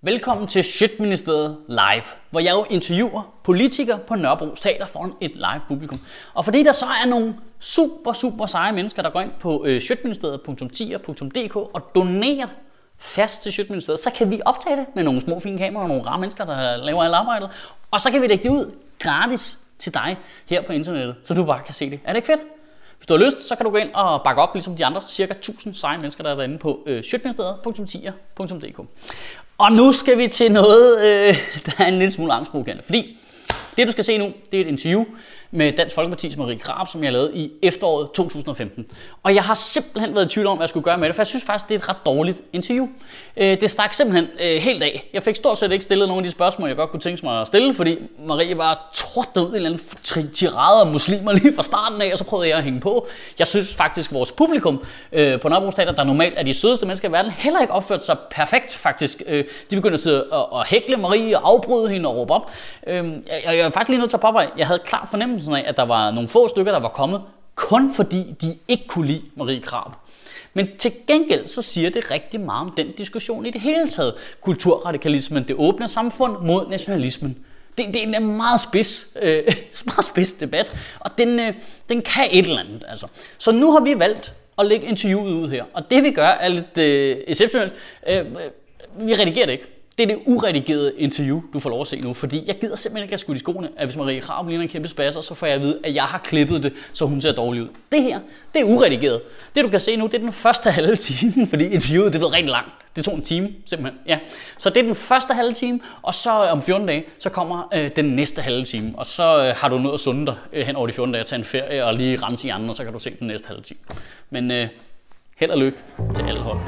Velkommen til Sjøtministeriet Live, hvor jeg jo interviewer politikere på Nørrebro Teater foran et live publikum. Og fordi der så er nogle super seje mennesker, der går ind på sjøtministeriet.tier.dk og donerer fast til Sjøtministeriet, så kan vi optage det med nogle små fine kameraer og nogle rare mennesker, der laver alt arbejdet. Og så kan vi lægge det ud gratis til dig her på internettet, så du bare kan se det. Er det ikke fedt? Hvis du har lyst, så kan du gå ind og bakke op, ligesom de andre cirka 1000 seje mennesker, der er derinde på sjøtministeriet.tier.dk. Og nu skal vi til noget, der er en lille smule angstprovokerende. Fordi det, du skal se nu, det er et interview med Dansk Folkepartis Marie Krarup, som jeg lavede i efteråret 2015. Og jeg har simpelthen været i tvivl om, hvad jeg skulle gøre med det, for jeg synes faktisk, det er et ret dårligt interview. Det stak simpelthen helt af. Jeg fik stort set ikke stillet nogle af de spørgsmål, jeg godt kunne tænke mig at stille, fordi Marie bare tordnede ud i en eller anden tirade af muslimer lige fra starten af, og så prøvede jeg at hænge på. Jeg synes faktisk, vores publikum på Nørrebro Teater, der normalt er de sødeste mennesker i verden, heller ikke opført sig perfekt faktisk. De begyndte at sidde og hækle Marie og afbryde hende og råbe op. Jeg er faktisk lige nødt til at påpege, jeg havde klart fornemmelsen af, at der var nogle få stykker, der var kommet, kun fordi de ikke kunne lide Marie Krarup. Men til gengæld så siger det rigtig meget om den diskussion i det hele taget. Kulturradikalismen, det åbne samfund mod nationalismen. Det er en meget spids debat, og den kan et eller andet. Altså. Så nu har vi valgt at lægge interviewet ud her, og det vi gør er lidt exceptionelt. Vi redigerer det ikke. Det er det uredigerede interview, du får lov at se nu, fordi jeg gider simpelthen ikke at skudt i skoene, at hvis Marie Krarup ligner en kæmpe spasser, så får jeg at vide, at jeg har klippet det, så hun ser dårlig ud. Det her, det er uredigeret. Det du kan se nu, det er den første halve time, fordi interviewet det blev rigtig langt. Det tog en time, simpelthen. Ja. Så det er den første halve time, og så om 14 dage, så kommer den næste halve time. Og så har du nået at sunde dig hen over de 14 dage, tage en ferie og lige rense hjernen, og så kan du se den næste halve time. Men held og lykke til alle hold.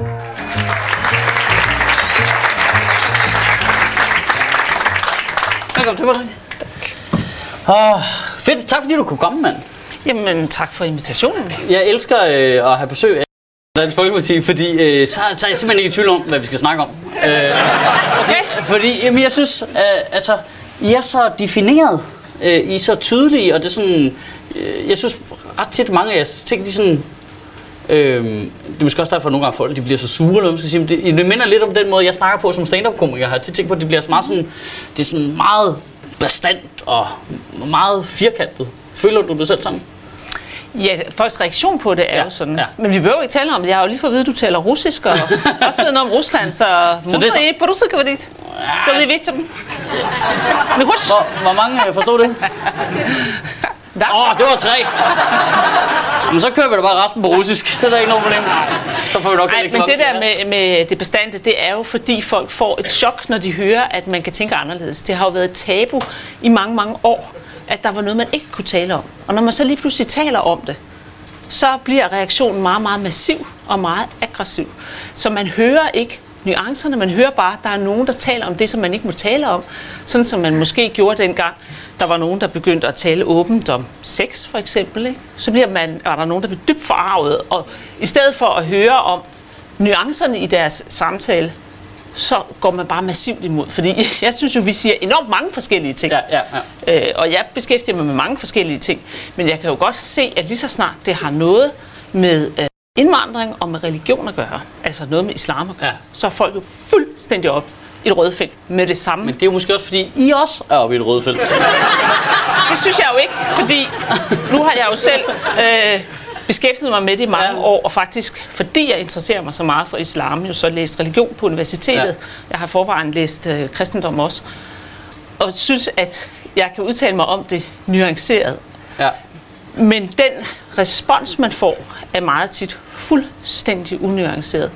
Velkommen til, Marie. Tak. Fedt. Tak fordi du kunne komme, mand. Jamen, tak for invitationen. Jeg elsker at have besøg af Dansk Folkeparti, fordi så er jeg simpelthen ikke i tvivl om, hvad vi skal snakke om. Okay. Fordi jamen, jeg synes, altså, I er så defineret, I er så tydelige, og det er sådan, jeg synes ret tit mange af jeres ting, de sådan, det er måske også derfor, at nogle gange folk de bliver så sure, eller hvad man skal sige. Det minder lidt om den måde, jeg snakker på som stand-up-komiker. Jeg har tit tænkt på, at det bliver meget sådan, det er sådan meget bastant og meget firkantet. Føler du det selv sådan? Ja, folks reaktion på det er jo sådan. Ja. Men vi behøver ikke tale om det. Jeg har jo lige fået at vide, at du taler russisk, og også ved noget om Rusland, så det er så... på-russisk говорить. Så det er vigtigt. Hvor mange forstod det? Det var 3. Men så kører vi da bare resten på russisk. Det er der ikke nogen problem. Så får vi nok ikke men det der med det bestandte, det er jo fordi folk får et chok, når de hører, at man kan tænke anderledes. Det har jo været et tabu i mange år, at der var noget, man ikke kunne tale om. Og når man så lige pludselig taler om det, så bliver reaktionen meget massiv og meget aggressiv. Så man hører ikke nuancerne, man hører bare, at der er nogen, der taler om det, som man ikke må tale om. Sådan som man måske gjorde dengang, der var nogen, der begyndte at tale åbent om sex, for eksempel. Ikke? Så var der nogen, der blev dybt forarvet, og i stedet for at høre om nuancerne i deres samtale, så går man bare massivt imod. Fordi jeg synes jo, vi siger enormt mange forskellige ting. Ja. Og jeg beskæftiger mig med mange forskellige ting. Men jeg kan jo godt se, at lige så snart det har noget med indvandring og med religion at gøre, altså noget med islam at gøre, så er folk jo fuldstændig op i et røde felt med det samme. Men det er jo måske også, fordi I også er oppe i et røde felt. Det synes jeg jo ikke, fordi nu har jeg jo selv beskæftiget mig med det i mange år, og faktisk, fordi jeg interesserer mig så meget for islam, jo så læst religion på universitetet. Ja. Jeg har forvejen læst kristendom også, og synes, at jeg kan udtale mig om det nuanceret. Ja. Men den respons, man får, er meget tit fuldstændig unuanceret.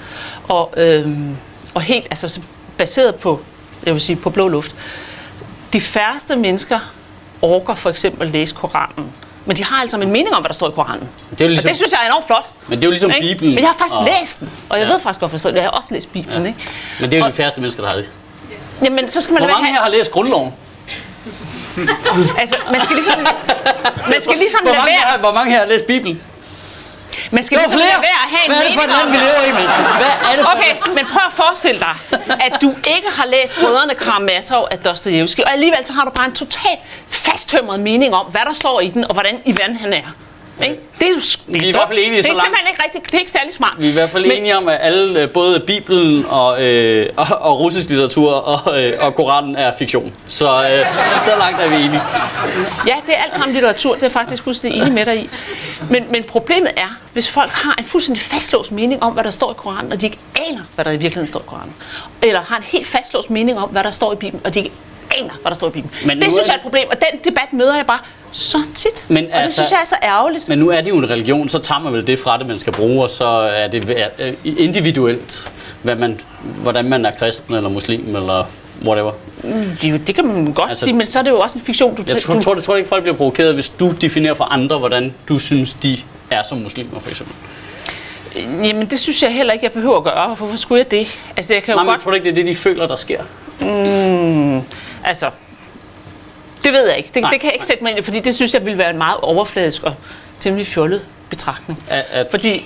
Og helt altså, baseret på, jeg vil sige, på blå luft. De færreste mennesker orker for eksempel læse Koranen. Men de har altså en mening om, hvad der står i Koranen. Det ligesom, og det synes jeg er enormt flot. Men det er jo ligesom ikke? Bibelen. Men jeg har faktisk læst den, og jeg ved faktisk godt, forstå det. Jeg har også læst Bibelen. Ikke? Men det er jo de færreste mennesker, der har det. Jamen, så skal man Hvor mange her har læst grundloven? Altså, man skal ligesom lade være. Hvor mange her har læst Bibelen? Man skal ligesom lade være at have en mening om. Hvad er det for et land, vi lever i, med? Hvad er det for okay, men prøv at forestille dig, at du ikke har læst Brødrene Karamazov af Dostojevskij, og alligevel så har du bare en totalt fasttømret mening om, hvad der står i den, og hvordan i verden han er. Ikke? Det er jo vi er i hvert fald enige det er simpelthen ikke rigtigt. Det er ikke særlig smart. Vi er i hvert fald enige om, at alle, både Bibelen og russisk litteratur og Koranen er fiktion. Så langt er vi enige. Ja, det er alt sammen litteratur. Det er faktisk fuldstændig enig med dig i. Men problemet er, hvis folk har en fuldstændig fastlåst mening om, hvad der står i Koranen, og de ikke aner, hvad der i virkeligheden står i Koranen. Eller har en helt fastlåst mening om, hvad der står i Bibelen, og de ikke aner, hvad der står i Bibelen. Det synes jeg er et problem, og den debat møder jeg bare så tit. Men og det synes jeg er så ærgerligt. Men nu er det jo en religion, så tager man vel det fra det, man skal bruge, og så er det individuelt, hvordan man er kristen eller muslim eller whatever. Det kan man godt sige, men så er det jo også en fiktion. Jeg tror ikke, folk bliver provokeret, hvis du definerer for andre, hvordan du synes, de er som muslimer, for eksempel. Jamen, det synes jeg heller ikke, jeg behøver at gøre. Hvorfor skulle jeg det? Altså, jeg kan jo godt... Jeg tror ikke, det er det, de føler, der sker. Altså, det ved jeg ikke. Det kan jeg ikke sætte mig ind i, fordi det synes jeg ville være en meget overfladisk og temmelig fjollet betragtning. Fordi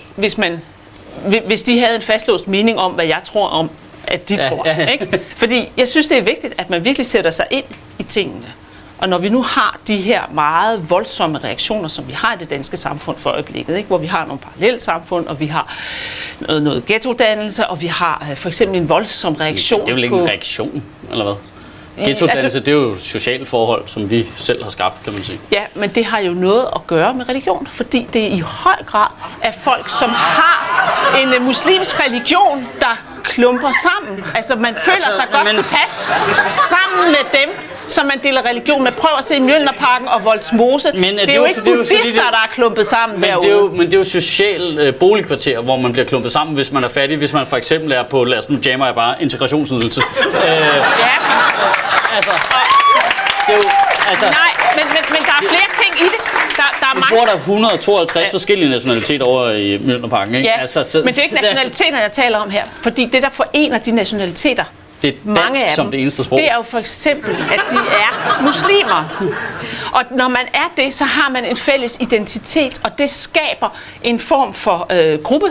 hvis de havde en fastlåst mening om, hvad jeg tror om, at de tror. Ikke? Fordi jeg synes, det er vigtigt, at man virkelig sætter sig ind i tingene. Og når vi nu har de her meget voldsomme reaktioner, som vi har i det danske samfund for øjeblikket, ikke? Hvor vi har nogle parallelsamfund, og vi har noget ghettodannelse, og vi har for eksempel en voldsom reaktion. Det er vel ikke en reaktion, eller hvad? Ghettodannelse, det er jo sociale forhold, som vi selv har skabt, kan man sige. Ja, men det har jo noget at gøre med religion, fordi det er i høj grad af folk, som har en muslimsk religion, der klumper sammen. Altså, man føler sig godt tilpas sammen med dem, som man deler religion med. Prøv at se Mjølnerparken og Vollsmose. Det er jo ikke buddhister, der er klumpet sammen derude. Men det er jo social boligkvarter, hvor man bliver klumpet sammen, hvis man er fattig. Hvis man for eksempel er på, lad os nu jammer jeg bare, integrationsydelse. Ja. Altså, det er jo, nej, men der er flere ting i det. Der er mange... bor der 152 forskellige nationaliteter over i Mjølnerparken, ikke? Ja, men det er ikke nationaliteter, jeg taler om her. Fordi det, der forener de nationaliteter, det er dansk som det eneste sprog. Det er jo for eksempel, at de er muslimer. Og når man er det, så har man en fælles identitet, og det skaber en form for gruppe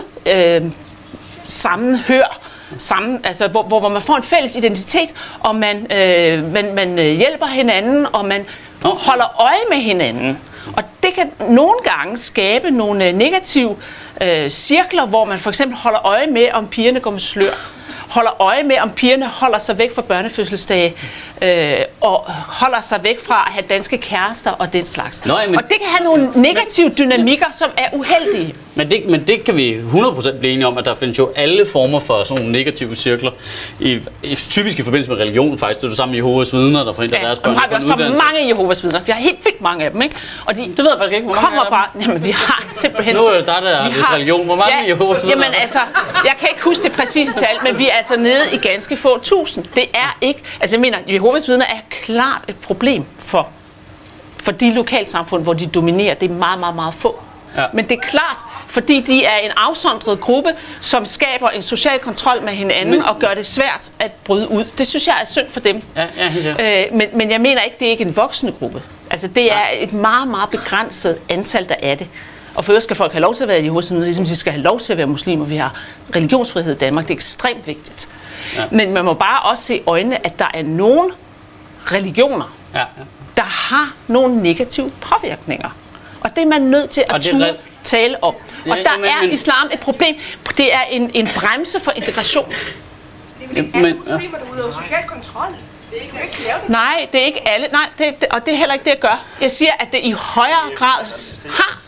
sammenhør. Altså, hvor man får en fælles identitet, og man hjælper hinanden, og man holder øje med hinanden. Og det kan nogle gange skabe nogle negative cirkler, hvor man for eksempel holder øje med, om pigerne går med slør. Holder øje med, om pigerne holder sig væk fra børnefødselsdage, og holder sig væk fra at have danske kærester og den slags. Og det kan have nogle negative dynamikker, som er uheldige. Men det kan vi 100% blive enige om, at der findes jo alle former for sådan nogle negative cirkler. Typisk i forbindelse med religion faktisk. Det er det samme Jehovas vidner, der forhindrer deres børn. Nu har vi også så mange Jehovas vidner. Vi har helt vildt mange af dem, ikke? Og det ved jeg faktisk ikke, hvor mange kommer bare. Jamen, vi har simpelthen... Nu er der religion. Hvor mange Jehovas vidner? Jamen altså, jeg kan ikke huske det præcise tal, men vi er altså nede i ganske få tusind. Det er ikke... Altså jeg mener, Jehovas vidner er klart et problem for de lokalsamfund, hvor de dominerer. Det er meget, meget, meget få. Ja. Men det er klart, fordi de er en afsondret gruppe, som skaber en social kontrol med hinanden og gør det svært at bryde ud. Det synes jeg er synd for dem. Men jeg mener ikke, det er ikke en voksende gruppe. Altså det er et meget, meget begrænset antal, der er det. Og for øvrigt skal folk have lov til at være Jehovas vidner, ligesom de skal have lov til at være muslimer. Vi har religionsfrihed i Danmark, det er ekstremt vigtigt. Ja. Men man må bare også se i øjnene, at der er nogle religioner, der har nogle negative påvirkninger. Og det er man nødt til at tale om. Og der er islam et problem. Det er en bremse for integration. Det er ikke alle muslimer, der udøver social kontrol. Nej, det er ikke alle. Nej, og det er heller ikke det, jeg gør. Jeg siger, at det i højere grad har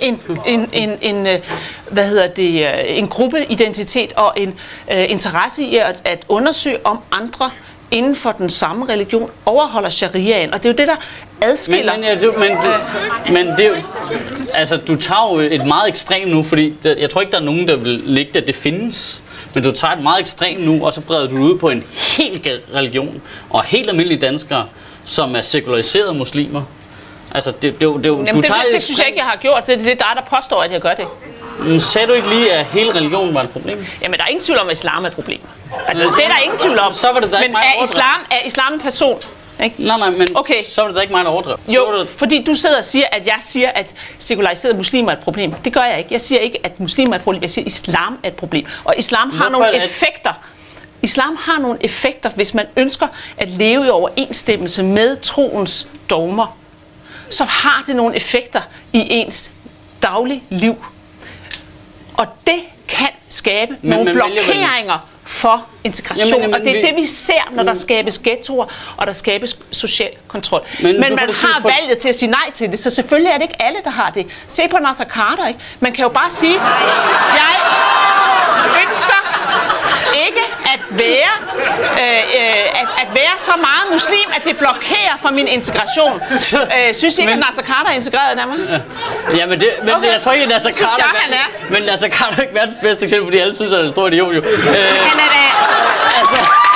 en gruppeidentitet og en interesse i at undersøge, om andre inden for den samme religion overholder shariaen. Og det er jo det, der adskiller. Men det er jo... Altså, du tager jo et meget ekstremt nu, fordi jeg tror ikke, der er nogen, der vil lægge det, at det findes. Men du tager et meget ekstremt nu, og så breder du ud på en helt religion, og helt almindelige danskere, som er sekulariserede muslimer. Altså, det synes jeg ikke, jeg har gjort. Det er dig, der påstår, at jeg gør det. Men sagde du ikke lige, at hele religionen var et problem? Jamen, der er ingen tvivl om, at islam er et problem. Altså, det er der ingen tvivl om. Så var det da ikke mig, der er islam en person? Ikke? Nej, men så var det da ikke mig, der overdrev. Jo, fordi du sidder og siger, at jeg siger, at sekulariserede muslimer er et problem. Det gør jeg ikke. Jeg siger ikke, at muslimer er et problem. Jeg siger, at islam er et problem. Og islam har nogle effekter. Islam har nogle effekter, hvis man ønsker at leve i overensstemmelse med troens dogmer. Så har det nogle effekter i ens daglige liv. Og det kan skabe nogle blokeringer for integration. Og det er det, vi ser, når der skabes ghettoer, og der skabes social kontrol. Men man har valget til at sige nej til det, så selvfølgelig er det ikke alle, der har det. Se på Naser Khader, ikke? Man kan jo bare sige, jeg ønsker ikke at være så meget muslim, at det blokerer for min integration. Synes I ikke, at Naser Khader er integreret i Danmark? Ja, men jeg tror ikke, at Naser Khader men Naser Khader er ikke verdens bedste eksempel, fordi alle synes, at han er en stor idiot, jo. Han er da... Altså...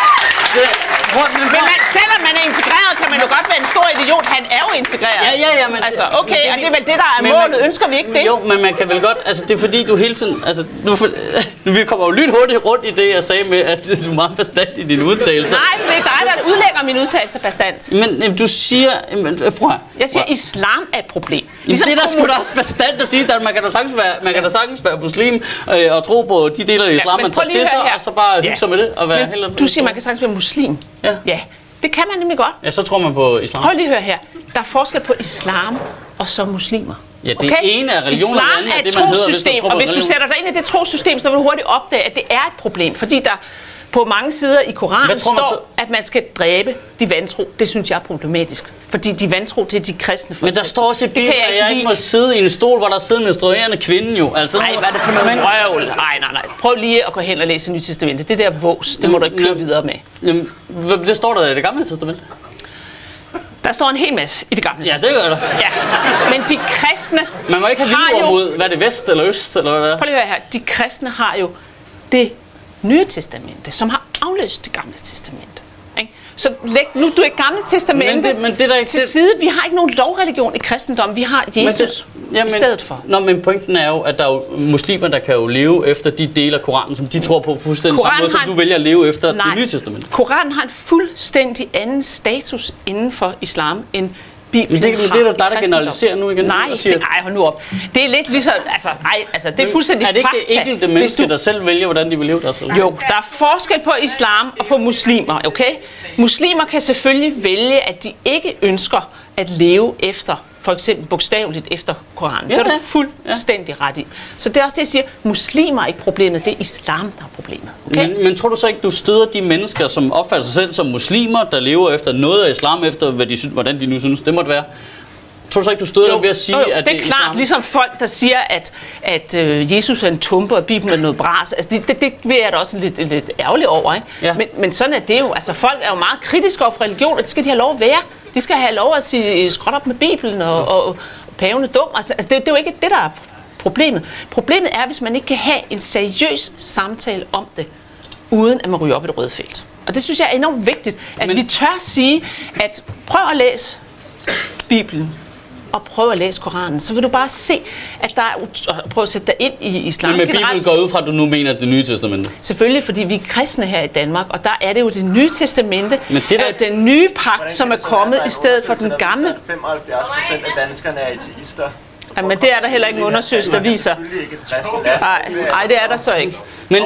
Men selvom man er integreret, kan man jo godt være en stor idiot. Han er jo integreret. Ja, men... Altså, okay, og det er vel det, der er målet. Ønsker vi ikke det? Jo, men man kan vel godt... Altså, det er fordi, du hele tiden... Altså, vi kommer jo lynhurtigt rundt i det, jeg sagde med, at du er meget bestandt i dine udtalelser. Nej, for det er dig, der udlægger mine udtalelser bestandt. Men du siger... Prøv at... Jeg siger, islam er et problem. Ligesom det er der sgu da også bestandt at sige, at man kan da sagtens være muslim og tro på de dele af islam, man tager til sig, og så bare hygge sig med det. Og være du siger, man kan sagtens være muslim. Ja, det kan man nemlig godt. Ja, så tror man på islam. Prøv lige at høre her. Der er forskel på islam og så muslimer. Ja, det er ene af religioner, islam er et trossystem, og hvis du sætter dig ind i det trossystem, så vil du hurtigt opdage, at det er et problem, fordi der på mange sider i Koranen står, at man skal dræbe de vantro. Det synes jeg er problematisk, fordi de vantro, det er de kristne. Men der står også i Bibelen, at jeg ikke må sidde i en stol, hvor der sidder en menstruerende kvinde jo. Altså, nej, hvad er det for noget røvl? Nej. Prøv lige at gå hen og læse Nye Testamentet. Det der vås, det må du ikke køre videre med. Jamen, det står der i det gamle testament. Der står en hel masse i det gamle testament. Ja, det gør der. Ja. Men de kristne man må ikke have vilje mod, hvad er det, vest eller øst, eller hvad det er? Prøv lige at høre her. De kristne har jo det Nye Testamente, som har afløst det gamle testamente. Ikke? Så læg nu det gamle testamente men det der ikke til side. Vi har ikke nogen lovreligion i kristendommen. Vi har Jesus i stedet for. Men pointen er jo, at der er jo muslimer, der kan jo leve efter de dele af Koranen, som de tror på fuldstændig samme måde, som du vælger at leve efter det Nye Testamente. Koranen har en fuldstændig anden status inden for islam end Bibelen. Men det er der generaliserer nu igen. Nej, hold nu op. Det er lidt ligesom, det er fuldstændig fakta. Er det ikke det enkelte menneske, der selv vælger, hvordan de vil leve deres religion? Jo, der er forskel på islam og på muslimer, okay? Muslimer kan selvfølgelig vælge, at de ikke ønsker at leve efter, for eksempel bogstaveligt efter Koranen. Det er du fuldstændig ret i. Så det er også det, jeg siger. Muslimer er ikke problemet, det er islam, der er problemet. Okay? Men tror du så ikke, du støder de mennesker, som opfatter sig selv som muslimer, der lever efter noget af islam, efter hvordan de nu synes, det måtte være? Tror du så ikke, du støder dem ved at sige, at det er klart, islam? Ligesom folk, der siger, at Jesus er en tumpe, og Bibelen er noget bras. Altså, det vil jeg da også lidt ærgerlig over, ikke? Ja. Men sådan er det jo. Altså, folk er jo meget kritiske over for religion, og det skal de have lov at være. De skal have lov at sige skråt op med Bibelen, og paven er dum. Altså, det er jo ikke det, der er problemet. Problemet er, hvis man ikke kan have en seriøs samtale om det, uden at man ryger op i det røde felt. Og det synes jeg er enormt vigtigt, at vi tør sige, at prøv at læse Bibelen, og prøv at læse Koranen, så vil du bare se, at der er... Prøv at sætte dig ind i islam. Men med Bibelen går ud fra, at du nu mener det Nye Testamente? Selvfølgelig, fordi vi er kristne her i Danmark, og der er det jo det Nye Testamente, den nye pagt, som er kommet i stedet for den gamle. 75% af danskerne er ateister. Men det er der heller ikke en undersøgelse, der viser. Nej, det er der så ikke. Men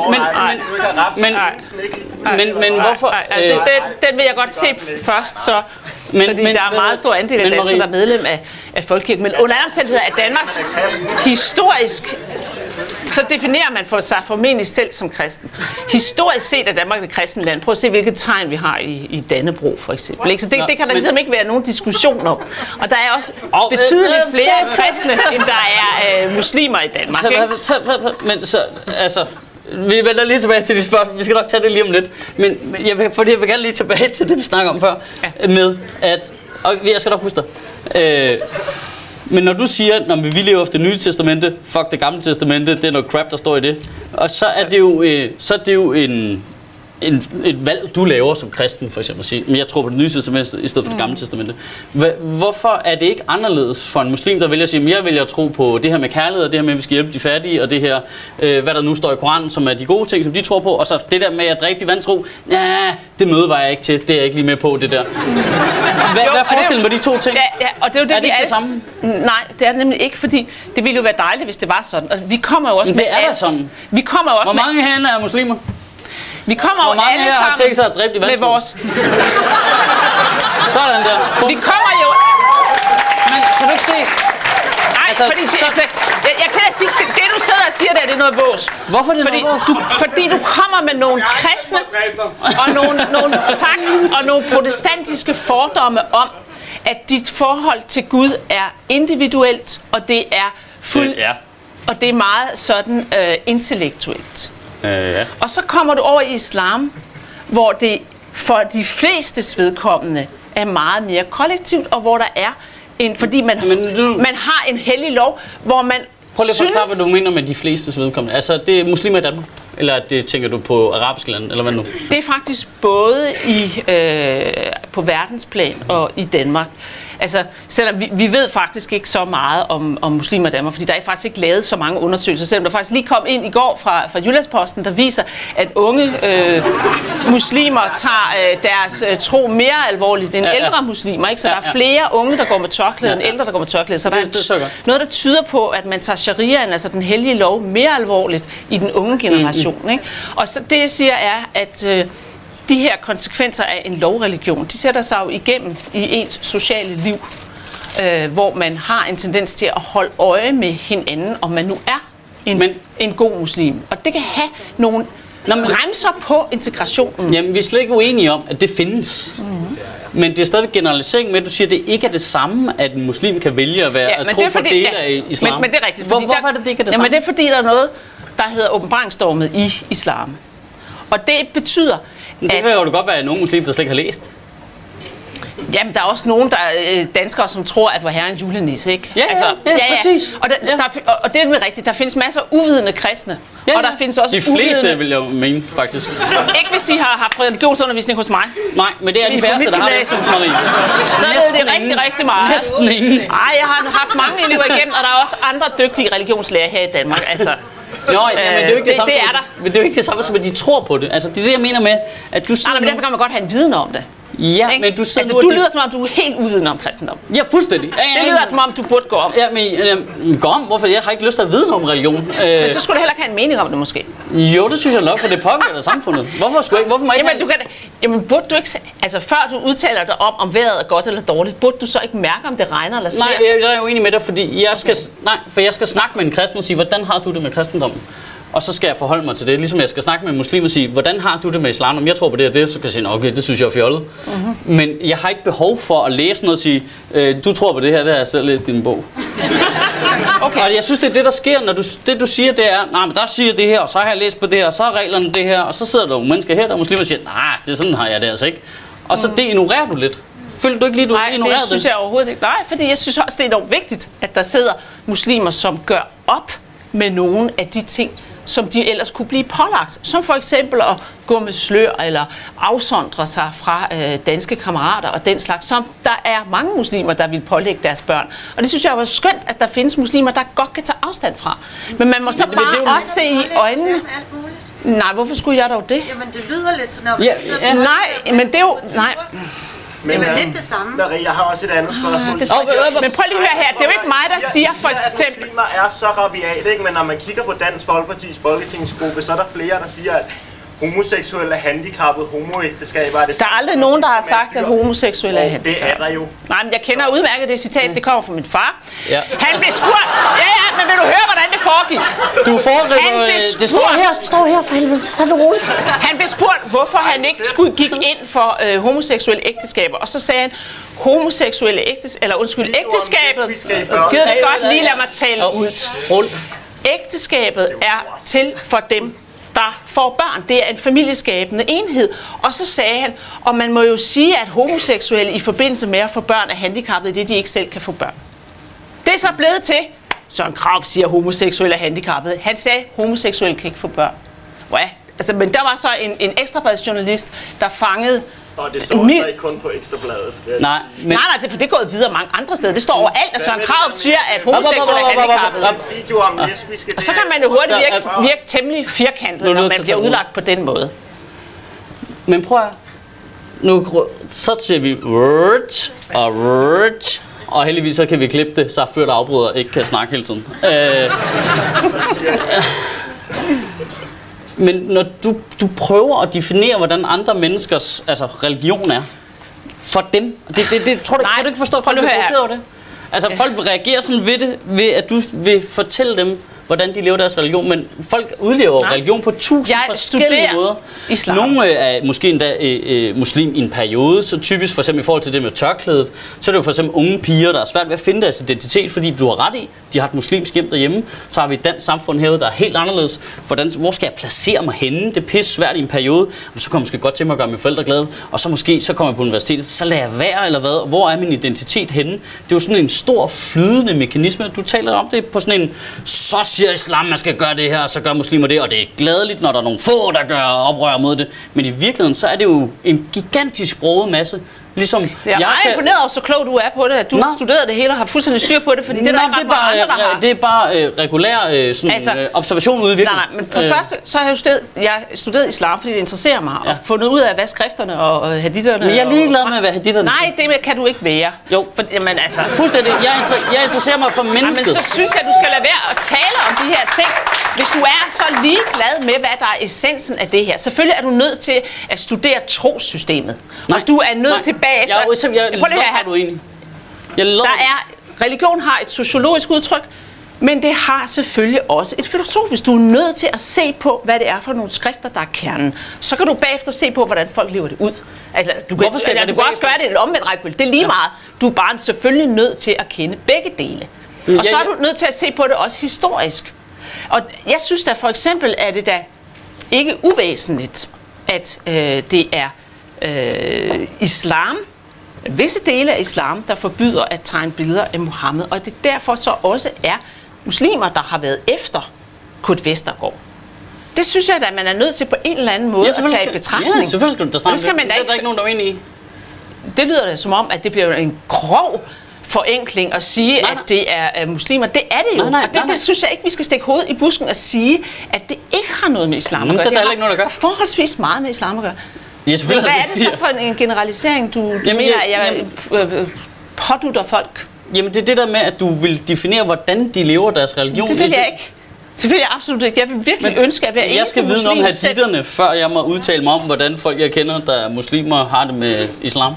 hvorfor... Den vil jeg godt se først, så... Fordi der er meget stor andel af danskere, der er medlem af Folkekirken. Men under andre omstændigheder er Danmarks historisk... Så definerer man for sig formentlig selv som kristen. Historisk set er Danmark et kristen land. Prøv at se, hvilke tegn vi har i Dannebrog, for eksempel. Så det kan der ligesom ikke være nogen diskussion om. Og der er også betydeligt flere kristne, end der er muslimer i Danmark. Men så, altså... Vi vender lige tilbage til de spørgsmål. Vi skal nok tage det lige om lidt. Men jeg vil gerne lige tilbage til det, vi snakker om før. Med at... Og jeg skal nok huske dig. Men når du siger, når vi lever efter det Nye Testamente, fuck det Gamle Testamente, det er noget crap, der står i det. Og så er det jo et valg, du laver som kristen, for eksempel at sige, men jeg tror på det Nye Testamente i stedet for det Gamle Testamente. Hvorfor er det ikke anderledes for en muslim, der vælger at sige, at jeg vælger at tro på det her med kærlighed, og det her med, at vi skal hjælpe de fattige, og det her, hvad der nu står i Koranen, som er de gode ting, som de tror på, og så det der med at dræbe de vantro, det møde var jeg ikke til, det er jeg ikke lige med på, det der. Hvad er forskellen på de to ting? Ja, og det er jo det, er det ikke det samme? Nej, det er det nemlig ikke, fordi det ville jo være dejligt, hvis det var sådan. Og vi kommer jo også men det er da sådan. Vi kommer også hvor mange herinde er muslimer? Vi kommer jo alle sammen med vores... Sådan der. Vi kommer jo... Men kan du ikke se... Nej, jeg kan sige, det du sidder og siger der, det er noget vås. Hvorfor er det noget vås? Fordi du kommer med nogle kristne og nogle protestantiske fordomme om, at dit forhold til Gud er individuelt, og det er og det er meget sådan intellektuelt. Ja. Og så kommer du over i islam, hvor det for de flestes vedkommende er meget mere kollektivt, og hvor der er fordi man har en hellig lov, hvor man Prøv lige at forklare, hvad du mener med de flestes vedkommende. Altså, det er muslimer i Danmark? Eller det tænker du på arabiske lande, eller hvad nu? Det er faktisk både på verdensplan og i Danmark. Altså, selvom vi ved faktisk ikke så meget om muslimer i Danmark, fordi der er faktisk ikke lavet så mange undersøgelser, selvom der faktisk lige kom ind i går fra Jyllandsposten, der viser, at unge muslimer tager deres tro mere alvorligt end ældre muslimer, ikke? Så der er flere unge, der går med tørklæde, end ældre, der går med tørklæde. Så der er noget, der tyder på, at man tager shariaen, altså den hellige lov, mere alvorligt i den unge generation. Ikke? Og så det, jeg siger, er, at de her konsekvenser af en lovreligion, de sætter sig jo igennem i ens sociale liv, hvor man har en tendens til at holde øje med hinanden, om man nu er en god muslim. Og det kan have nogle bremser på integrationen. Jamen, vi er slet ikke uenige om, at det findes. Men det er stadig generalisering med, at du siger, at det ikke er det samme, at en muslim kan vælge at være tro på dele af islam. Men det er rigtigt. Hvorfor er det ikke er det samme? Men det er fordi, der er noget, der hedder åbenbaringsdogmet i islam. Og det betyder, det kan jo godt være nogle muslimer, der slet ikke har læst. Jamen, der er også nogen danskere, som tror, at vor herre er en julenisse, ikke? Ja, præcis. Og det er rigtigt. Der findes masser af uvidende kristne. Ja, og der findes også de fleste, vil jeg mene, faktisk. Ikke hvis de har haft religionsundervisning hos mig. Nej, men det er de færreste, der har det, Marie. Så er det rigtig, rigtig meget. Næsten ingen. Nej, jeg har haft mange elever igennem, og der er også andre dygtige religionslærer her i Danmark. Altså, men det er jo ikke det samme. Det er der. Men det er jo ikke det samme, som at de tror på det. Altså, det er det, jeg mener med, at du sidder. Nej, men derfor kan man godt have en viden om det. Ja, men du sidder altså, du lyder som om, du er helt uvidende om kristendom. Ja, fuldstændig. Det lyder som om, du burde gå om. Ja, men gå om? Hvorfor? Jeg har ikke lyst til at vide om religion. Men så skulle du heller ikke have en mening om det, måske. Jo, det synes jeg nok, for det påvirker samfundet. Hvorfor må jeg ikke Jamen, burde du ikke... Altså, før du udtaler dig om vejret er godt eller dårligt, burde du så ikke mærke, om det regner eller sner? Nej, jeg er jo enig med dig, fordi jeg skal snakke med en kristen og sige, hvordan har du det med kristendommen? Og så skal jeg forholde mig til det. Ligesom jeg skal snakke med en muslim og sige, hvordan har du det med islam? Om jeg tror på det og det, så kan jeg sige, okay, det synes jeg er fjollet. Men jeg har ikke behov for at læse noget og sige, du tror på det her, det har jeg selv læst i din bog. Okay. Og jeg synes, det er det, der sker, når det du siger, det er, nej, men der siger det her, og så har jeg læst på det her, og så er reglerne det her, og så sidder der nogle mennesker her, der er muslimer og siger, nej, det er sådan har jeg det altså ikke. Og så det ignorerer du lidt. Føler du ikke lige, du ignorerer det? Nej, det synes jeg overhovedet ikke. Nej, fordi jeg synes også, det er enormt vigtigt, at der sidder muslimer, som gør op med nogle af de ting, som de ellers kunne blive pålagt. Som for eksempel at gå med slør eller afsondre sig fra danske kammerater og den slags, som der er mange muslimer, der vil pålægge deres børn. Og det synes jeg var skønt, at der findes muslimer, der godt kan tage afstand fra. Men man må så bare også se i øjnene. Nej, hvorfor skulle jeg dog det? Jamen, det lyder lidt sådan, når nej, men det er jo... Nej. Men det er lidt det samme. Marie, jeg har også et andet spørgsmål. Men prøv lige at høre her. Det er jo ikke mig, der siger for eksempel... Muslimer er så rabiate, ikke? Men når man kigger på Dansk Folkepartis folketingsgruppe, så er der flere, der siger, at homoseksuelle er handicappede, homoægteskaber er det. Der er aldrig nogen, der har sagt, at homoseksuelle er handicappede. Det er der jo. Nej, men jeg kender udmærket det citat, det kommer fra min far. Ja. Han blev spurgt... Ja, men vil du høre, hvordan det foregik? Du foregriber... Det står her for helvede, så er det roligt. Han blev spurgt, hvorfor han ikke gik ind for homoseksuelle ægteskaber, og så sagde han, ægteskabet... Gider det godt lige lade mig tale ud. Ægteskabet er til for dem, der får børn. Det er en familieskabende enhed. Og så sagde han, og man må jo sige, at homoseksuelle i forbindelse med at få børn er handicappede, det de ikke selv kan få børn. Det er så blevet til, Søren Krarup siger, at homoseksuelle er handicappede. Han sagde, at homoseksuelle kan ikke få børn. Men der var så en ekstrabladsjournalist, der fangede... Og det står ikke kun på Ekstrabladet. Nej, for det er gået videre mange andre steder. Det står overalt, at Søren Krarup siger, at homoseksuelle er handicappede. Og så kan man jo hurtigt virke temmelig firkantet, når man bliver udlagt på den måde. Men prøv at... Nu så siger vi word og word, og heldigvis så kan vi klippe det, så før der afbryder ikke kan snakke hele tiden. Men når du prøver at definere, hvordan andre menneskers religion er, for dem, det tror du, kan du ikke forstå, for du er over det? Altså, folk reagerer sådan ved at du vil fortælle dem, hvordan de lever deres religion, men folk udlever religion på 1000 forskellige måder. Islam. Nogle er måske endda muslim i en periode, så typisk for eksempel i forhold til det med tørklædet, så er det jo for eksempel unge piger, der er svært ved at finde deres identitet, fordi du har ret i, de har et muslimsk hjem derhjemme, så har vi et dansk samfund herude, der er helt anderledes. Hvor skal jeg placere mig henne? Det er pisse svært i en periode, og så kommer jeg måske godt til mig at gøre mine forældre glade, og så måske så kommer jeg på universitetet, så lader jeg være, eller hvad? Hvor er min identitet henne? Det er jo sådan en stor flydende mekanisme. Du taler om det på sådan en, så siger islam, man skal gøre det her, så gør muslimer det, og det er gladeligt, når der er nogle få, der gør oprør mod det. Men i virkeligheden, så er det jo en gigantisk broget masse. Ligesom jeg er meget imponeret over, så klog du er på det, at du har studeret det hele og har fuldstændig styr på det, fordi det er der ikke ret mange andre, der har. Det er bare regulær observation ude i virkeligheden. Nej, men for det første, så har jeg studeret islam, fordi det interesserer mig, og fundet ud af, hvad skrifterne og haditterne... Men jeg er ligeglad med, hvad haditterne siger. Nej, det kan du ikke være. Jo. Jamen altså... Fuldstændig. Jeg interesserer mig for mennesket. Men så synes jeg, du skal lade være at tale om de her ting, hvis du er så ligeglad med, hvad der er essensen af det her. Selvfølgelig er du nødt til at studere trossystemet. Og du er nødt til religion har et sociologisk udtryk, men det har selvfølgelig også et filosofisk. Du er nødt til at se på, hvad det er for nogle skrifter, der er kernen. Så kan du bagefter se på, hvordan folk lever det ud. Altså, du kan også gøre det i en omvendt rækkefølge. Det er lige meget. Du er bare selvfølgelig nødt til at kende begge dele. Og så er du nødt til at se på det også historisk. Og jeg synes da for eksempel, at det da ikke uvæsentligt, at det er islam, visse dele af islam, der forbyder at tegne billeder af Muhammed, og det derfor så også er muslimer, der har været efter Kurt Vestergaard. Det synes jeg da, man er nødt til på en eller anden måde at tage i betragtning. Ja, selvfølgelig skal du da snakke. Det er der ikke nogen, der er enig i. Det lyder da som om, at det bliver en grov forenkling at sige, at det er muslimer. Det er det jo. Og det synes jeg ikke, vi skal stikke hovedet i busken og sige, at det ikke har noget med islam at gøre. Det er ikke noget, der gør. Forholdsvis meget med islam at gøre. Ja, hvad er det så for en generalisering, du mener, at jeg pådutter folk? Jamen det er det der med, at du vil definere, hvordan de lever deres religion. Det vil jeg ikke. Det vil jeg absolut ikke. Jeg vil virkelig ønske, at hver eneste muslim... Jeg skal vide om haditterne, før jeg må udtale mig om, hvordan folk, jeg kender, der er muslimer, har det med islam.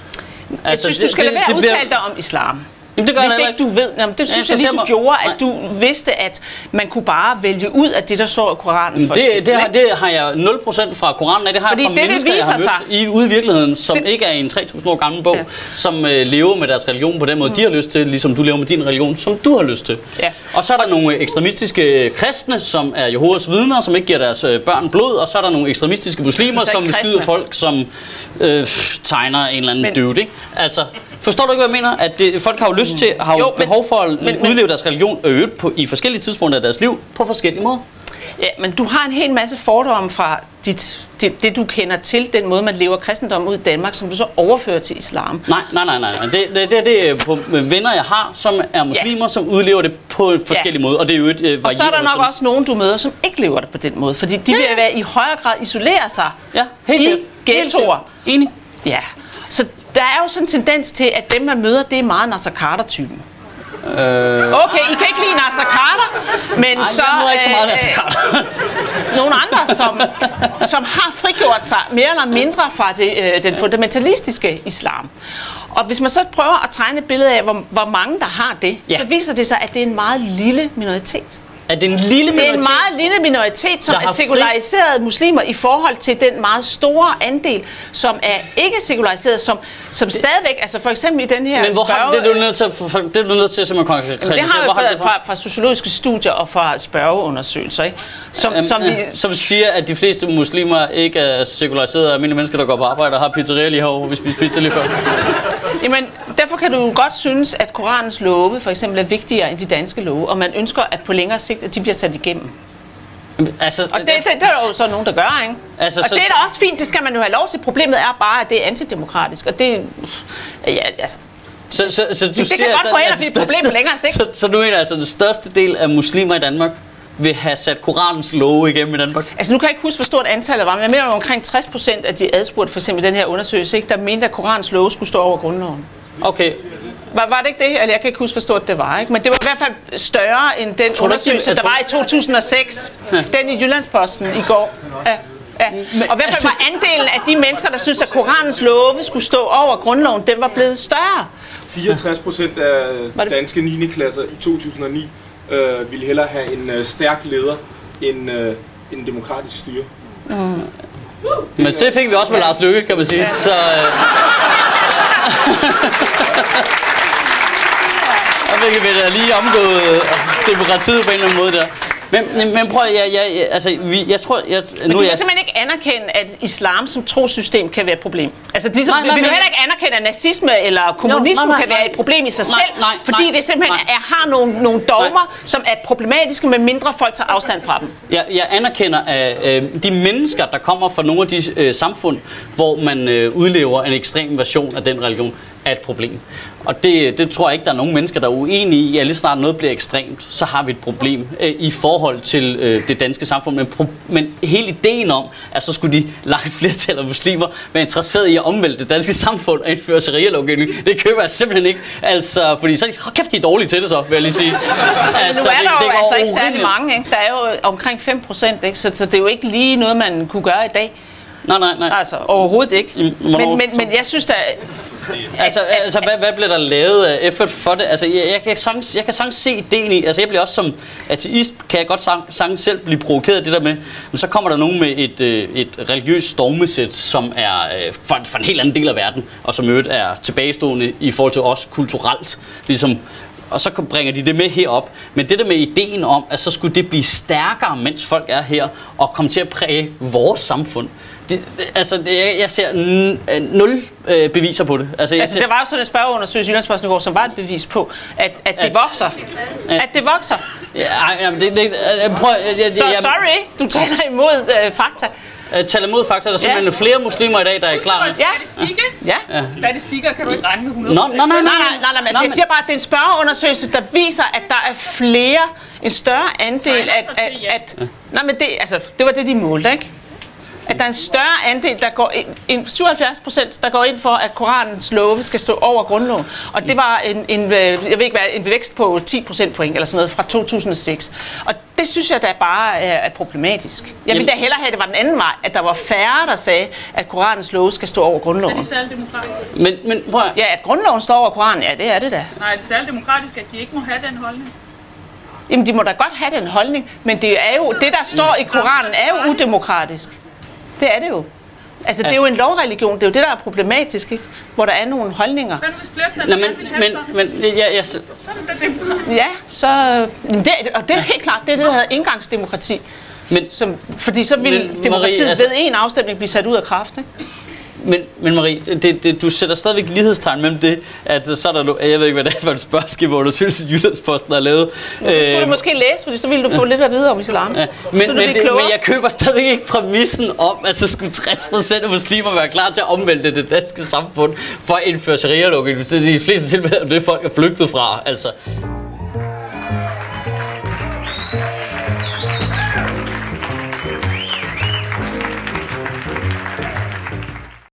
Jeg synes, du skal lade være at udtale dig om islam. Jamen, det gør hvis ikke du ved, jamen, det synes jeg lige, du gjorde, at du vidste, at man kunne bare vælge ud af det, der står i Koranen. For det har jeg 0% fra Koranen, det har jeg fra mennesker, jeg har mødt ude i virkeligheden, som ikke er en 3000 år gammel bog, som lever med deres religion på den måde, de har lyst til, ligesom du lever med din religion, som du har lyst til. Ja. Og så er der nogle ekstremistiske kristne, som er Jehovas vidner, som ikke giver deres børn blod, og så er der nogle ekstremistiske muslimer, som vil skyde folk, som tegner en eller anden død, ikke? Altså, forstår du ikke, hvad jeg mener? At folk har jo lyst til, har jo behov for at udleve deres religion i forskellige tidspunkter af deres liv på forskellige måder. Ja, men du har en hel masse fordomme fra det du kender til, den måde, man lever kristendom ud i Danmark, som du så overfører til islam. Nej. Det er på venner, jeg har, som er muslimer, som udlever det på en forskellig måde. Og det er jo et og så er der nok også nogen, du møder, som ikke lever det på den måde, fordi de vil være i højere grad isolere sig i ghettoer. Enig. Ja. Så der er jo sådan en tendens til, at dem, man møder, det er meget Nasser Carter-typen. Okay, I kan ikke lide Nasser Carter, men så ikke så meget Nasser Carter. Nogle andre, som har frigjort sig mere eller mindre fra den fundamentalistiske islam. Og hvis man så prøver at tegne et billede af, hvor mange der har det, så viser det sig, at det er en meget lille minoritet. Det er en meget lille minoritet, som er sekulariserede muslimer i forhold til den meget store andel, som er ikke sekulariserede, som stadigvæk, altså for eksempel i den her spørge... Det er du nødt til simpelthen konkretisere. Det har vi fra sociologiske studier og fra spørgeundersøgelser, ikke? Som siger, at de fleste muslimer ikke er sekulariserede almindelige mennesker, der går på arbejde og har pizzeria lige herovre, vi spiser pizza lige før. Jamen, derfor kan du godt synes, at Koranens love for eksempel er vigtigere end de danske love, og man ønsker, at på længere sigt, at de bliver sat igennem. Altså, og det er der jo så nogen, der gør, ikke? Altså, og det er da også fint, det skal man jo have lov til. Problemet er bare, at det er antidemokratisk, og det... Ja, altså... Så du det siger, kan godt gå hen og blive et problem på længere sigt. Så du mener altså, den største del af muslimer i Danmark vil have sat Koranens love igennem i Danmark? Altså nu kan jeg ikke huske, hvor stort antallet var, men jeg mener omkring 60% af de adspurgte, for eksempel i den her undersøgelse, ikke, der mente, at Koranens love skulle stå over grundloven. Okay. Var det ikke det? Eller jeg kan ikke huske, hvor stort det var, ikke? Men det var i hvert fald større end den undersøgelse, der var i 2006. Den i Jyllandsposten i går. Ja. Og i hvert fald var andelen af de mennesker, der synes, at Koranens love skulle stå over grundloven, den var blevet større. 64% af danske 9. klasser i 2009 ville hellere have en stærk leder end en demokratisk styre. Men det fik vi også med Lars Løkke, kan man sige. Så, og fik vi da lige omgået demokratiet på en eller anden måde der. Men prøv, jeg tror... Men du kan simpelthen ikke anerkende, at islam som trosystem kan være et problem. Altså, ligesom, vil du heller ikke anerkende, at nazisme eller kommunisme kan være et problem i sig selv, fordi det simpelthen har nogle dogmer, som er problematiske, med mindre folk tager afstand fra dem. Jeg anerkender, at de mennesker, der kommer fra nogle af de samfund, hvor man udlever en ekstrem version af den religion, er et problem. Og det tror jeg ikke, der er nogen mennesker, der er uenige i. At lige snart noget bliver ekstremt, så har vi et problem i forhold til det danske samfund. Men hele ideen om, at så skulle de langt flertal af muslimer være interesseret i at omvælde det danske samfund og indføre sharia-lovgivning, det køber jeg simpelthen ikke. Altså, fordi så kæft, de er dårlige til det så, vil jeg lige sige. Altså, nu er der jo altså ikke særlig mange, ikke? Der er jo omkring 5%, ikke? Så det er jo ikke lige noget, man kunne gøre i dag. Nej. Altså, overhovedet ikke. Men jeg synes, der... Altså hvad bliver der lavet af effort for det? Altså, jeg kan sagtens se ideen i. Altså, jeg bliver også som ateist, kan jeg godt sagtens selv blive provokeret af det der med, men så kommer der nogen med et religiøst stormesæt, som er for en helt anden del af verden, og som øvrigt er tilbagestående i forhold til os kulturelt, ligesom. Og så bringer de det med herop. Men det der med ideen om, at så skulle det blive stærkere, mens folk er her, og komme til at præge vores samfund. Jeg ser 0 beviser på det. Altså, der var jo sådan en spørgeundersøgelse i Jyllandsposten i går, som var et bevis på, at det vokser. At det vokser. Sorry, du taler imod fakta. Taler imod fakta, der er simpelthen flere muslimer i dag, der er klar. Statistikker kan du ikke regne med 100%. Nej, jeg siger bare, at det er en spørgeundersøgelse, der viser, at der er en større andel Nej, men det var det, de målte, ikke? At der er en større andel, der går ind, 77%, der går ind for, at Koranens love skal stå over grundloven. Og det var en vækst på 10 procentpoint eller sådan noget fra 2006. Og det synes jeg da bare er problematisk. Jeg ville da hellere have, at det var den anden vej, at der var færre, der sagde, at Koranens love skal stå over grundloven. Er det særligt demokratisk? Men prøv at... Ja, at grundloven står over Koranen, ja, det er det da. Nej, det er særligt demokratisk, at de ikke må have den holdning. Jamen, de må da godt have den holdning, men det er jo det, der står i Koranen, er jo udemokratisk. Det er det jo. Altså, det er jo en lovreligion. Det er jo det, der er problematisk, ikke? Hvor der er nogle holdninger. Men hvis flertallet så er det demokratisk. Ja, og det er helt klart, det er det, der hedder indgangsdemokrati. Fordi så vil demokratiet ved en afstemning blive sat ud af kraft, ikke? Men Marie, du sætter stadigvæk lighedstegn mellem det, at så er der, jeg ved ikke, hvad det er for et spørgeskemaundersøgelse, Jyllandsposten har lavet. Det skulle du måske læse, fordi så ville du få lidt at vide om islam. Ja, men jeg køber stadigvæk ikke præmissen om, at så skulle 60% af muslimer være klar til at omvælte det danske samfund for at indføre sharia-lovgivning. Det er de fleste tilfælde, det folk er flygtet fra. Altså.